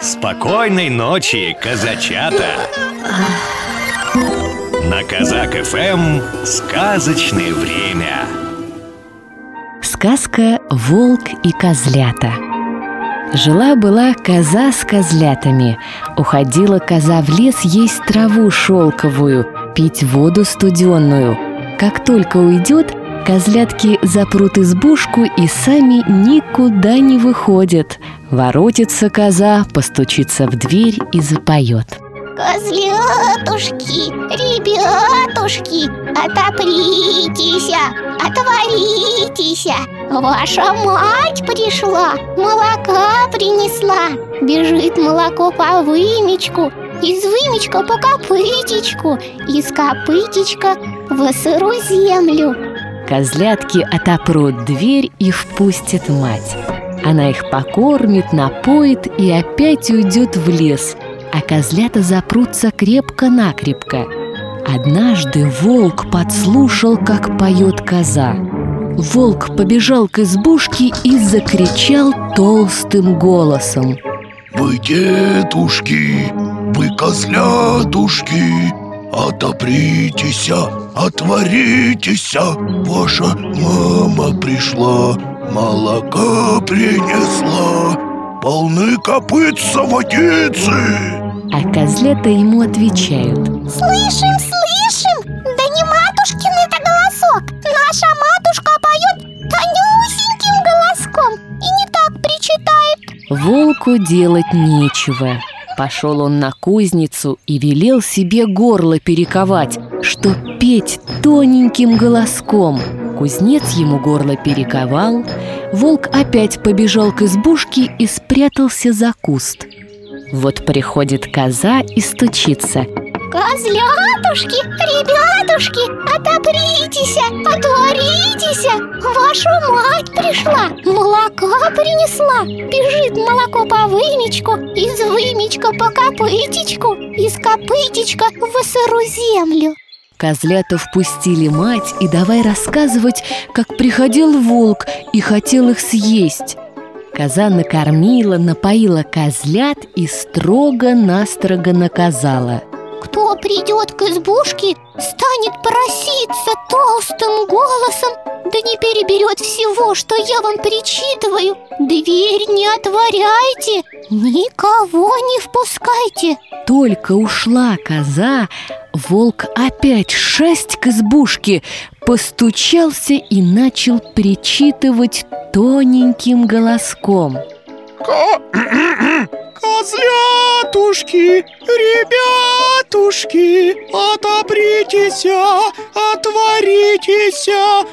Спокойной ночи, казачата! На Казак ФМ сказочное время. Сказка «Волк и козлята». Жила-была коза с козлятами. Уходила коза в лес есть траву шелковую, пить воду студеную. Как только уйдет, козлятки запрут избушку и сами никуда не выходят. Воротится коза, постучится в дверь и запоет: «Козлятушки, ребятушки, отопритесь, отворитесь! Ваша мать пришла, молока принесла. Бежит молоко по вымечку, из вымечка по копытечку, из копытечка в сырую землю». Козлятки отопрут дверь и впустит мать. Она их покормит, напоит и опять уйдет в лес, а козлята запрутся крепко-накрепко. Однажды волк подслушал, как поет коза. Волк побежал к избушке и закричал толстым голосом: «Вы, детушки, вы, козлятушки, отопритесь, отворитесь! Ваша мама пришла, молока принесла, полны копытца водицы!» А козлята ему отвечают: «Слышим, слышим! Да не матушкин это голосок! Наша матушка поет тонюсеньким голоском и не так причитает!» Волку делать нечего. Пошел он на кузницу и велел себе горло перековать, что петь тоненьким голоском. Кузнец ему горло перековал. Волк опять побежал к избушке и спрятался за куст. Вот приходит коза и стучится: «Козлятушки, ребятушки, отопритесь, отворитесь! Ваша мать пришла, молока принесла. Бежит молоко по вымечку, из вымечка по копытечку, из копытечка в сырую землю». Козлята впустили мать и давай рассказывать, как приходил волк и хотел их съесть. Коза накормила, напоила козлят и строго-настрого наказала: «Кто придет к избушке, станет проситься толстым голосом, да не переберет всего, что я вам перечитываю, дверь не отворяйте, никого не впускайте». Только ушла коза, волк опять шасть к избушке, постучался и начал причитывать тоненьким голоском: «Козлятушки, ребятушки, отопритесь, отворитесь!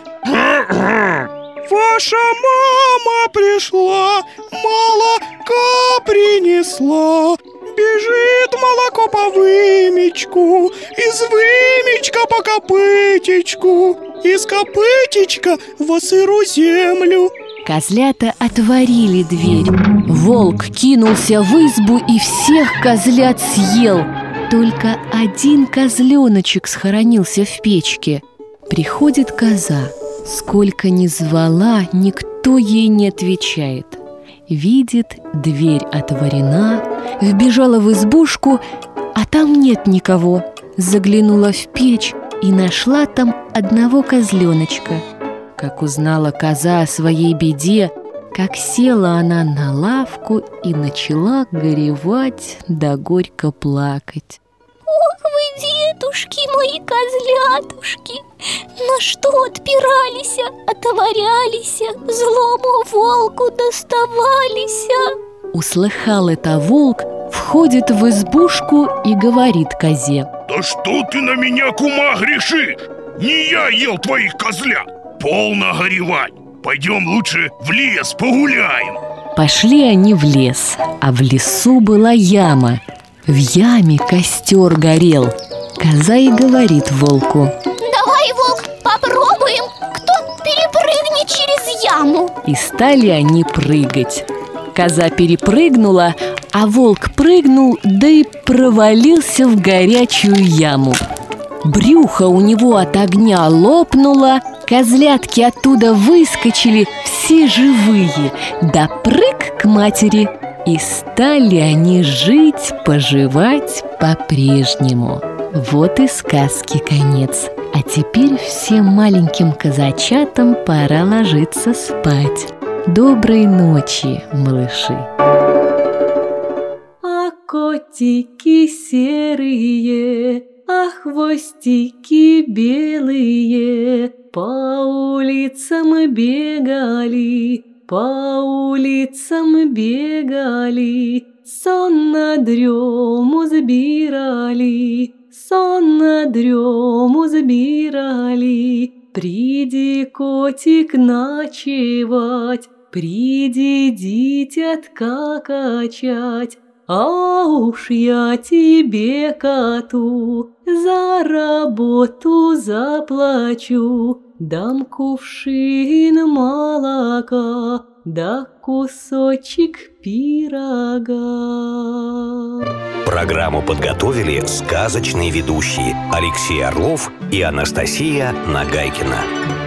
Ваша мама пришла, молока принесла. Бежит молоко по вымечку, из вымечка по копытечку, из копытечка в сырую землю». Козлята отворили дверь. Волк кинулся в избу и всех козлят съел. Только один козленочек схоронился в печке. Приходит коза. Сколько ни звала, никто ей не отвечает. Видит, дверь отворена, вбежала в избушку, а там нет никого. Заглянула в печь и нашла там одного козленочка. Как узнала коза о своей беде, как села она на лавку и начала горевать да горько плакать: «Ох вы, детушки мои, козлятушки, на что отпирались, отворялись, злому волку доставались!» Услыхал это волк, входит в избушку и говорит козе: «Да что ты на меня, кума, грешишь? Не я ел твоих козлят! Полно горевать! Пойдем лучше в лес погуляем!» Пошли они в лес, а в лесу была яма. В яме костер горел. Коза и говорит волку: «Давай, волк, попробуем, кто перепрыгнет через яму!» И стали они прыгать. Коза перепрыгнула, а волк прыгнул, да и провалился в горячую яму. Брюхо у него от огня лопнуло, козлятки оттуда выскочили, все живые, да прыг к матери. И стали они жить, поживать по-прежнему. Вот и сказки конец. А теперь всем маленьким казачатам пора ложиться спать. Доброй ночи, малыши! А котики серые, а хвостики белые по улицам бегали, по улицам бегали, сон на дрему сбирали, сон на дрему сбирали. Приди, котик, ночевать, приди, дитятка качать, а уж я тебе, коту, за работу заплачу. Дам кувшин молока, да кусочек пирога. Программу подготовили сказочные ведущие Алексей Орлов и Анастасия Нагайкина.